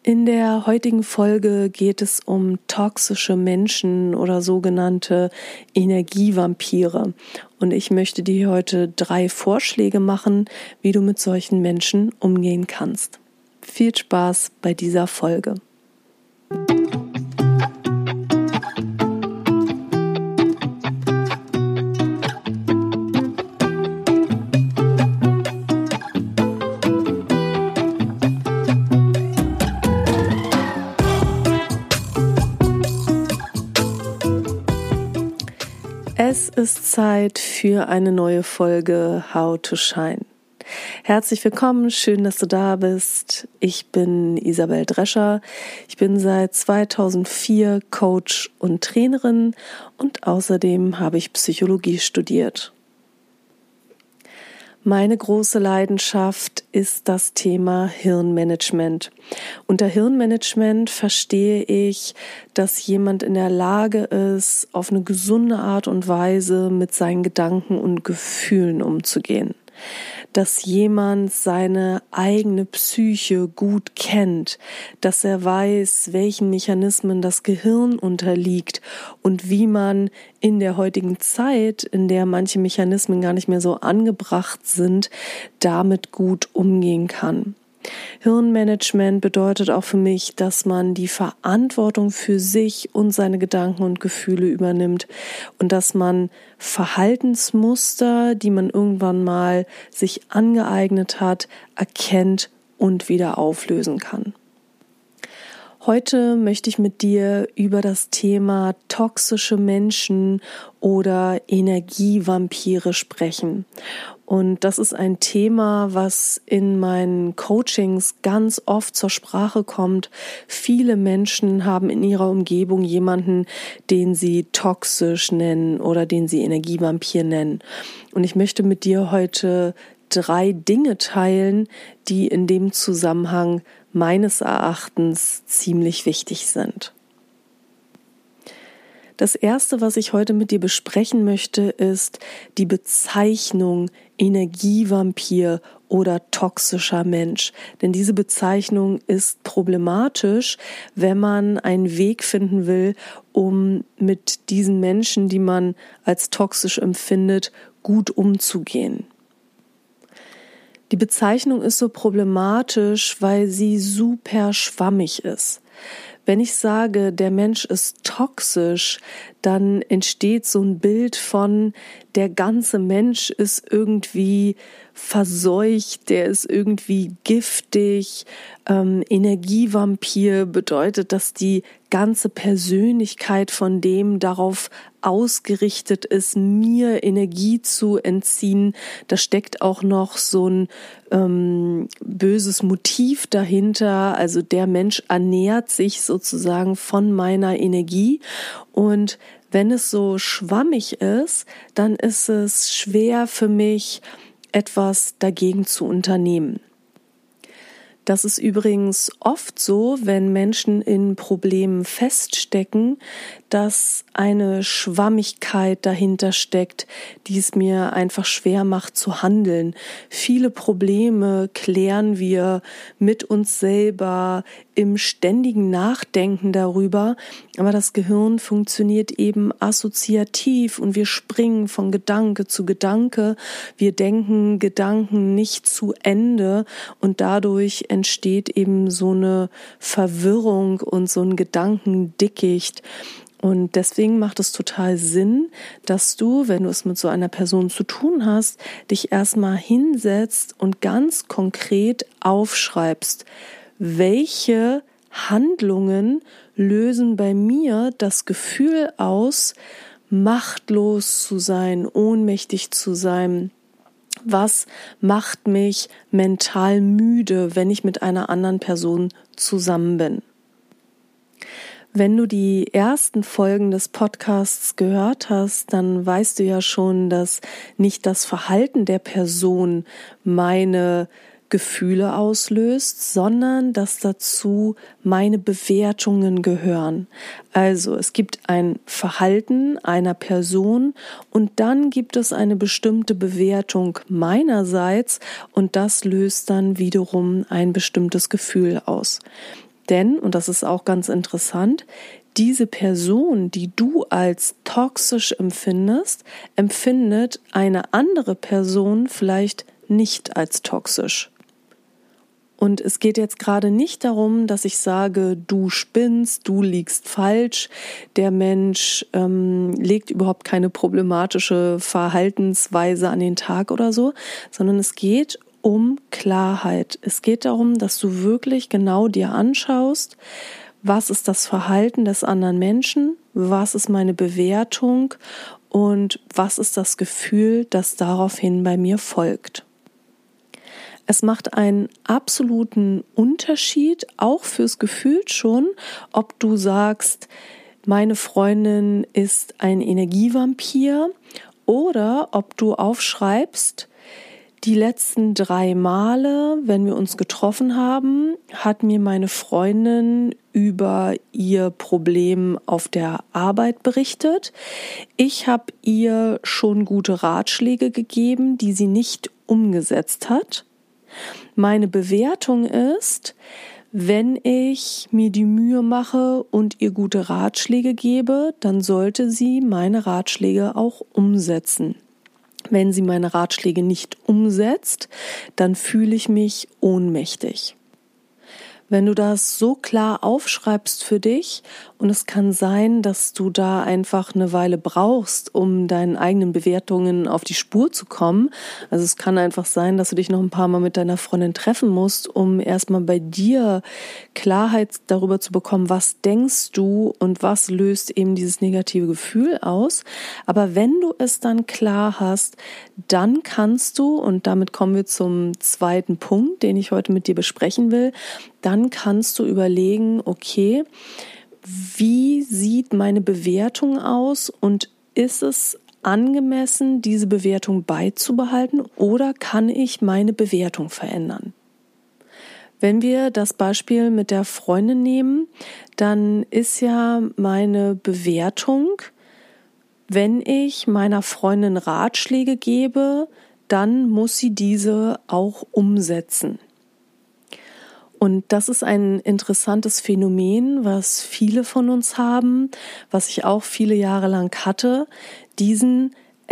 In der heutigen Folge geht es um toxische Menschen oder sogenannte Energievampire. Und ich möchte dir heute 3 Vorschläge machen, wie du mit solchen Menschen umgehen kannst. Viel Spaß bei dieser Folge. Es ist Zeit für eine neue Folge How to Shine. Herzlich willkommen, schön, dass du da bist. Ich bin Isabel Drescher. Ich bin seit 2004 Coach und Trainerin und außerdem habe ich Psychologie studiert. Meine große Leidenschaft ist das Thema Hirnmanagement. Unter Hirnmanagement verstehe ich, dass jemand in der Lage ist, auf eine gesunde Art und Weise mit seinen Gedanken und Gefühlen umzugehen. Dass jemand seine eigene Psyche gut kennt, dass er weiß, welchen Mechanismen das Gehirn unterliegt und wie man in der heutigen Zeit, in der manche Mechanismen gar nicht mehr so angebracht sind, damit gut umgehen kann. Hirnmanagement bedeutet auch für mich, dass man die Verantwortung für sich und seine Gedanken und Gefühle übernimmt und dass man Verhaltensmuster, die man irgendwann mal sich angeeignet hat, erkennt und wieder auflösen kann. Heute möchte ich mit dir über das Thema toxische Menschen oder Energievampire sprechen. Und das ist ein Thema, was in meinen Coachings ganz oft zur Sprache kommt. Viele Menschen haben in ihrer Umgebung jemanden, den sie toxisch nennen oder den sie Energievampir nennen. Und ich möchte mit dir heute 3 Dinge teilen, die in dem Zusammenhang meines Erachtens ziemlich wichtig sind. Das Erste, was ich heute mit dir besprechen möchte, ist die Bezeichnung Energievampir oder toxischer Mensch. Denn diese Bezeichnung ist problematisch, wenn man einen Weg finden will, um mit diesen Menschen, die man als toxisch empfindet, gut umzugehen. Die Bezeichnung ist so problematisch, weil sie super schwammig ist. Wenn ich sage, der Mensch ist toxisch, dann entsteht so ein Bild von, der ganze Mensch ist irgendwie verseucht, der ist irgendwie giftig. Energievampir bedeutet, dass die ganze Persönlichkeit von dem darauf ausgerichtet ist, mir Energie zu entziehen. Da steckt auch noch so ein böses Motiv dahinter. Also der Mensch ernährt sich sozusagen von meiner Energie. Und wenn es so schwammig ist, dann ist es schwer für mich, etwas dagegen zu unternehmen. Das ist übrigens oft so, wenn Menschen in Problemen feststecken, dass eine Schwammigkeit dahinter steckt, die es mir einfach schwer macht zu handeln. Viele Probleme klären wir mit uns selber im ständigen Nachdenken darüber, aber das Gehirn funktioniert eben assoziativ und wir springen von Gedanke zu Gedanke. Wir denken Gedanken nicht zu Ende und dadurch entsteht eben so eine Verwirrung und so ein Gedankendickicht. Und deswegen macht es total Sinn, dass du, wenn du es mit so einer Person zu tun hast, dich erstmal hinsetzt und ganz konkret aufschreibst, welche Handlungen lösen bei mir das Gefühl aus, machtlos zu sein, ohnmächtig zu sein. Was macht mich mental müde, wenn ich mit einer anderen Person zusammen bin? Wenn du die ersten Folgen des Podcasts gehört hast, dann weißt du ja schon, dass nicht das Verhalten der Person meine Gefühle auslöst, sondern dass dazu meine Bewertungen gehören. Also es gibt ein Verhalten einer Person und dann gibt es eine bestimmte Bewertung meinerseits und das löst dann wiederum ein bestimmtes Gefühl aus. Denn, und das ist auch ganz interessant, diese Person, die du als toxisch empfindest, empfindet eine andere Person vielleicht nicht als toxisch. Und es geht jetzt gerade nicht darum, dass ich sage, du spinnst, du liegst falsch, der Mensch legt überhaupt keine problematische Verhaltensweise an den Tag oder so, sondern es geht um Klarheit. Es geht darum, dass du wirklich genau dir anschaust, was ist das Verhalten des anderen Menschen, was ist meine Bewertung und was ist das Gefühl, das daraufhin bei mir folgt. Es macht einen absoluten Unterschied, auch fürs Gefühl schon, ob du sagst, meine Freundin ist ein Energievampir oder ob du aufschreibst, die letzten 3 Male, wenn wir uns getroffen haben, hat mir meine Freundin über ihr Problem auf der Arbeit berichtet. Ich habe ihr schon gute Ratschläge gegeben, die sie nicht umgesetzt hat. Meine Bewertung ist, wenn ich mir die Mühe mache und ihr gute Ratschläge gebe, dann sollte sie meine Ratschläge auch umsetzen. Wenn sie meine Ratschläge nicht umsetzt, dann fühle ich mich ohnmächtig. Wenn du das so klar aufschreibst für dich, und es kann sein, dass du da einfach eine Weile brauchst, um deinen eigenen Bewertungen auf die Spur zu kommen. Also es kann einfach sein, dass du dich noch ein paar Mal mit deiner Freundin treffen musst, um erstmal bei dir Klarheit darüber zu bekommen, was denkst du und was löst eben dieses negative Gefühl aus. Aber wenn du es dann klar hast, dann kannst du, und damit kommen wir zum zweiten Punkt, den ich heute mit dir besprechen will, dann kannst du überlegen, okay, wie sieht meine Bewertung aus und ist es angemessen, diese Bewertung beizubehalten oder kann ich meine Bewertung verändern? Wenn wir das Beispiel mit der Freundin nehmen, dann ist ja meine Bewertung, wenn ich meiner Freundin Ratschläge gebe, dann muss sie diese auch umsetzen. Und das ist ein interessantes Phänomen, was viele von uns haben, was ich auch viele Jahre lang hatte, diesen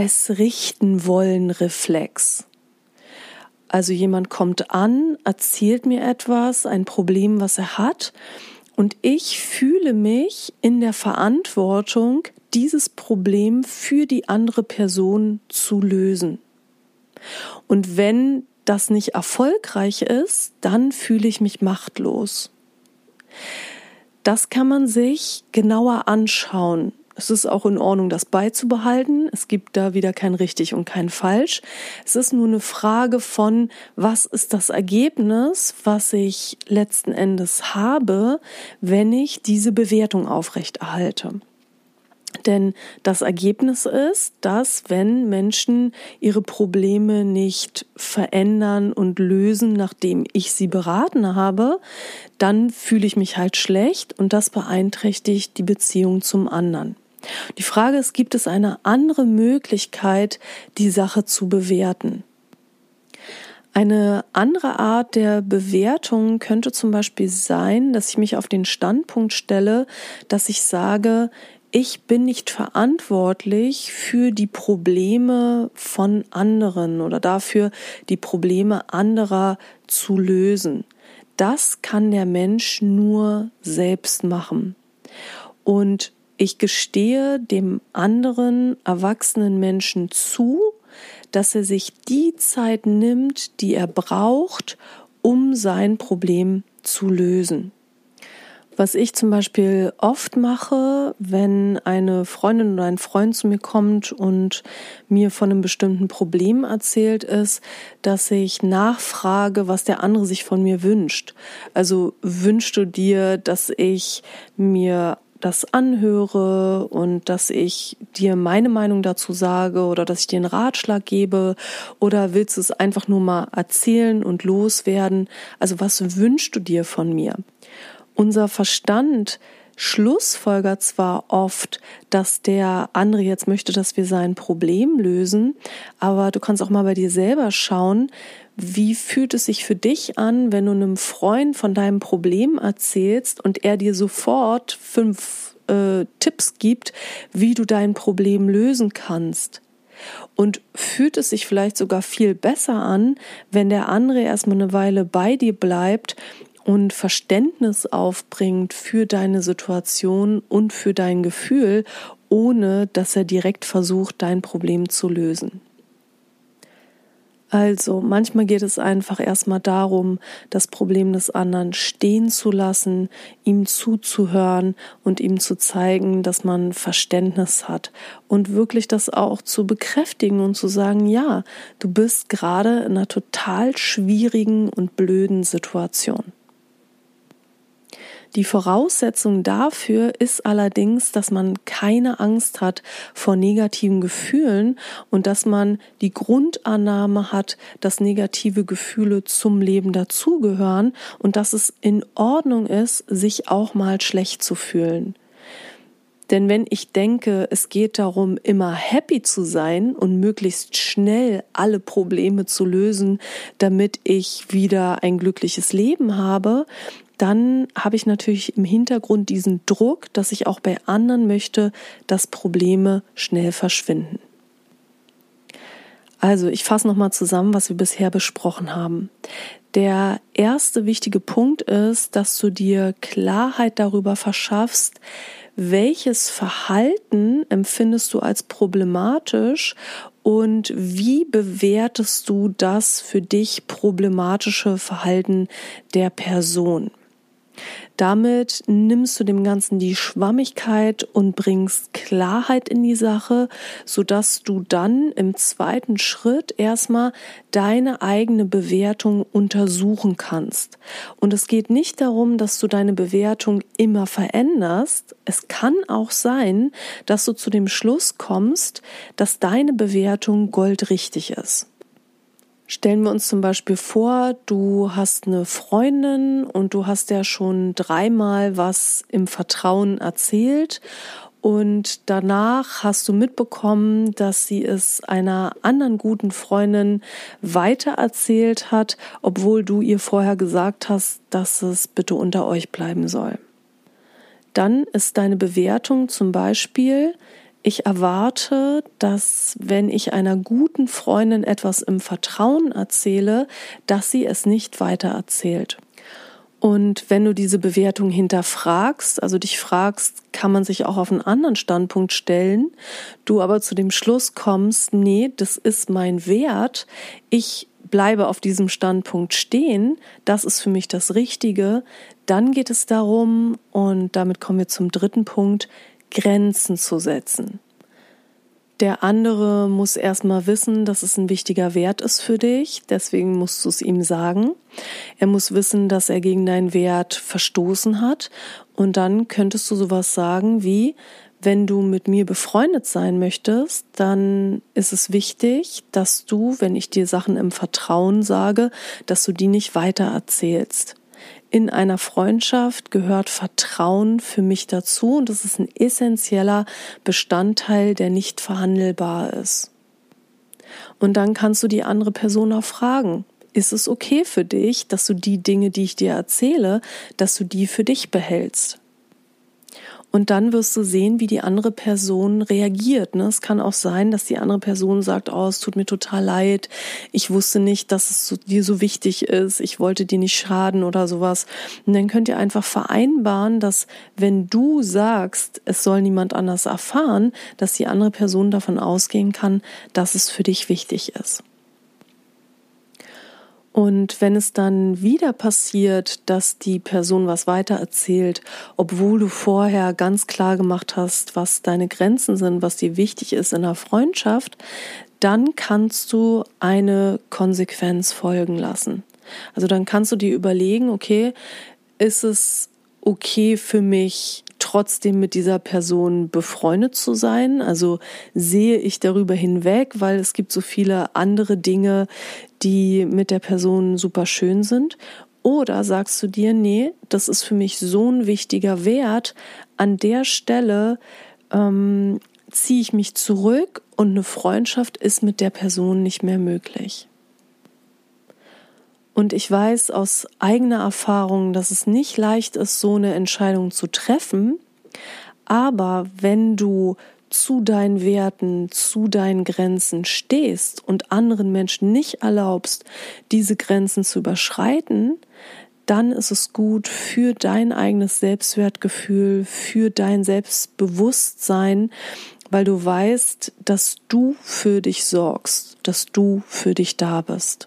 Es-richten-wollen-Reflex. Also jemand kommt an, erzählt mir etwas, ein Problem, was er hat, und ich fühle mich in der Verantwortung, dieses Problem für die andere Person zu lösen. Und wenn das nicht erfolgreich ist, dann fühle ich mich machtlos. Das kann man sich genauer anschauen. Es ist auch in Ordnung, das beizubehalten. Es gibt da wieder kein richtig und kein falsch. Es ist nur eine Frage von, was ist das Ergebnis, was ich letzten Endes habe, wenn ich diese Bewertung aufrechterhalte. Denn das Ergebnis ist, dass wenn Menschen ihre Probleme nicht verändern und lösen, nachdem ich sie beraten habe, dann fühle ich mich halt schlecht und das beeinträchtigt die Beziehung zum anderen. Die Frage ist, gibt es eine andere Möglichkeit, die Sache zu bewerten? Eine andere Art der Bewertung könnte zum Beispiel sein, dass ich mich auf den Standpunkt stelle, dass ich sage, ich bin nicht verantwortlich für die Probleme von anderen oder dafür, die Probleme anderer zu lösen. Das kann der Mensch nur selbst machen. Und ich gestehe dem anderen erwachsenen Menschen zu, dass er sich die Zeit nimmt, die er braucht, um sein Problem zu lösen. Was ich zum Beispiel oft mache, wenn eine Freundin oder ein Freund zu mir kommt und mir von einem bestimmten Problem erzählt, ist, dass ich nachfrage, was der andere sich von mir wünscht. Also wünschst du dir, dass ich mir das anhöre und dass ich dir meine Meinung dazu sage oder dass ich dir einen Ratschlag gebe, oder willst du es einfach nur mal erzählen und loswerden? Also was wünschst du dir von mir? Unser Verstand schlussfolgert zwar oft, dass der andere jetzt möchte, dass wir sein Problem lösen, aber du kannst auch mal bei dir selber schauen, wie fühlt es sich für dich an, wenn du einem Freund von deinem Problem erzählst und er dir sofort 5 Tipps gibt, wie du dein Problem lösen kannst. Und fühlt es sich vielleicht sogar viel besser an, wenn der andere erstmal eine Weile bei dir bleibt und Verständnis aufbringt für deine Situation und für dein Gefühl, ohne dass er direkt versucht, dein Problem zu lösen. Also manchmal geht es einfach erstmal darum, das Problem des anderen stehen zu lassen, ihm zuzuhören und ihm zu zeigen, dass man Verständnis hat und wirklich das auch zu bekräftigen und zu sagen, ja, du bist gerade in einer total schwierigen und blöden Situation. Die Voraussetzung dafür ist allerdings, dass man keine Angst hat vor negativen Gefühlen und dass man die Grundannahme hat, dass negative Gefühle zum Leben dazugehören und dass es in Ordnung ist, sich auch mal schlecht zu fühlen. Denn wenn ich denke, es geht darum, immer happy zu sein und möglichst schnell alle Probleme zu lösen, damit ich wieder ein glückliches Leben habe, dann habe ich natürlich im Hintergrund diesen Druck, dass ich auch bei anderen möchte, dass Probleme schnell verschwinden. Also ich fasse nochmal zusammen, was wir bisher besprochen haben. Der erste wichtige Punkt ist, dass du dir Klarheit darüber verschaffst, welches Verhalten empfindest du als problematisch und wie bewertest du das für dich problematische Verhalten der Person. Damit nimmst du dem Ganzen die Schwammigkeit und bringst Klarheit in die Sache, sodass du dann im zweiten Schritt erstmal deine eigene Bewertung untersuchen kannst. Und es geht nicht darum, dass du deine Bewertung immer veränderst. Es kann auch sein, dass du zu dem Schluss kommst, dass deine Bewertung goldrichtig ist. Stellen wir uns zum Beispiel vor, du hast eine Freundin und du hast ja schon 3-mal was im Vertrauen erzählt und danach hast du mitbekommen, dass sie es einer anderen guten Freundin weitererzählt hat, obwohl du ihr vorher gesagt hast, dass es bitte unter euch bleiben soll. Dann ist deine Bewertung zum Beispiel: Ich erwarte, dass wenn ich einer guten Freundin etwas im Vertrauen erzähle, dass sie es nicht weitererzählt. Und wenn du diese Bewertung hinterfragst, also dich fragst, kann man sich auch auf einen anderen Standpunkt stellen, du aber zu dem Schluss kommst, nee, das ist mein Wert, ich bleibe auf diesem Standpunkt stehen, das ist für mich das Richtige, dann geht es darum, und damit kommen wir zum dritten Punkt, Grenzen zu setzen. Der andere muss erstmal wissen, dass es ein wichtiger Wert ist für dich, deswegen musst du es ihm sagen. Er muss wissen, dass er gegen deinen Wert verstoßen hat und dann könntest du sowas sagen wie: Wenn du mit mir befreundet sein möchtest, dann ist es wichtig, dass du, wenn ich dir Sachen im Vertrauen sage, dass du die nicht weiter erzählst. In einer Freundschaft gehört Vertrauen für mich dazu und das ist ein essentieller Bestandteil, der nicht verhandelbar ist. Und dann kannst du die andere Person auch fragen: Ist es okay für dich, dass du die Dinge, die ich dir erzähle, dass du die für dich behältst? Und dann wirst du sehen, wie die andere Person reagiert. Es kann auch sein, dass die andere Person sagt: Oh, es tut mir total leid, ich wusste nicht, dass es dir so wichtig ist, ich wollte dir nicht schaden oder sowas. Und dann könnt ihr einfach vereinbaren, dass wenn du sagst, es soll niemand anders erfahren, dass die andere Person davon ausgehen kann, dass es für dich wichtig ist. Und wenn es dann wieder passiert, dass die Person was weitererzählt, obwohl du vorher ganz klar gemacht hast, was deine Grenzen sind, was dir wichtig ist in der Freundschaft, dann kannst du eine Konsequenz folgen lassen. Also dann kannst du dir überlegen, okay, ist es okay für mich, trotzdem mit dieser Person befreundet zu sein? Also sehe ich darüber hinweg, weil es gibt so viele andere Dinge, die mit der Person super schön sind? Oder sagst du dir, nee, das ist für mich so ein wichtiger Wert, an der Stelle ziehe ich mich zurück und eine Freundschaft ist mit der Person nicht mehr möglich. Und ich weiß aus eigener Erfahrung, dass es nicht leicht ist, so eine Entscheidung zu treffen, aber wenn du zu deinen Werten, zu deinen Grenzen stehst und anderen Menschen nicht erlaubst, diese Grenzen zu überschreiten, dann ist es gut für dein eigenes Selbstwertgefühl, für dein Selbstbewusstsein, weil du weißt, dass du für dich sorgst, dass du für dich da bist.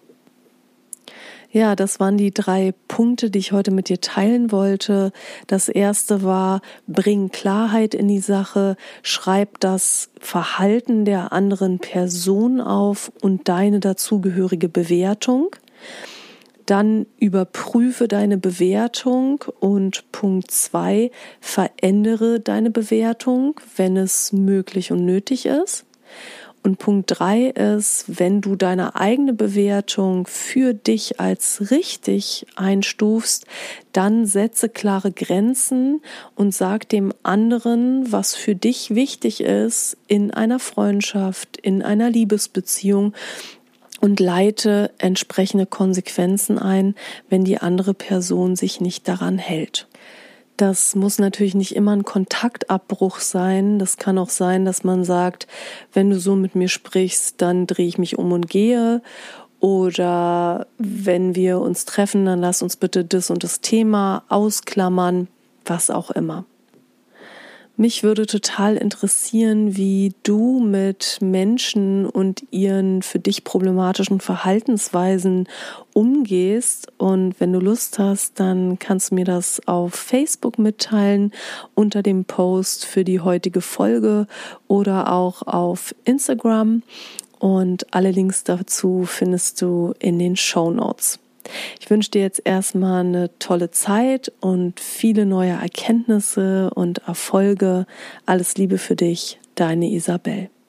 Ja, das waren die 3 Punkte, die ich heute mit dir teilen wollte. Das erste war, bring Klarheit in die Sache, schreib das Verhalten der anderen Person auf und deine dazugehörige Bewertung. Dann überprüfe deine Bewertung und Punkt 2, verändere deine Bewertung, wenn es möglich und nötig ist. Und Punkt 3 ist, wenn du deine eigene Bewertung für dich als richtig einstufst, dann setze klare Grenzen und sag dem anderen, was für dich wichtig ist in einer Freundschaft, in einer Liebesbeziehung und leite entsprechende Konsequenzen ein, wenn die andere Person sich nicht daran hält. Das muss natürlich nicht immer ein Kontaktabbruch sein. Das kann auch sein, dass man sagt, wenn du so mit mir sprichst, dann drehe ich mich um und gehe. Oder wenn wir uns treffen, dann lass uns bitte das und das Thema ausklammern, was auch immer. Mich würde total interessieren, wie du mit Menschen und ihren für dich problematischen Verhaltensweisen umgehst. Und wenn du Lust hast, dann kannst du mir das auf Facebook mitteilen unter dem Post für die heutige Folge oder auch auf Instagram. Und alle Links dazu findest du in den Shownotes. Ich wünsche dir jetzt erstmal eine tolle Zeit und viele neue Erkenntnisse und Erfolge. Alles Liebe für dich, deine Isabel.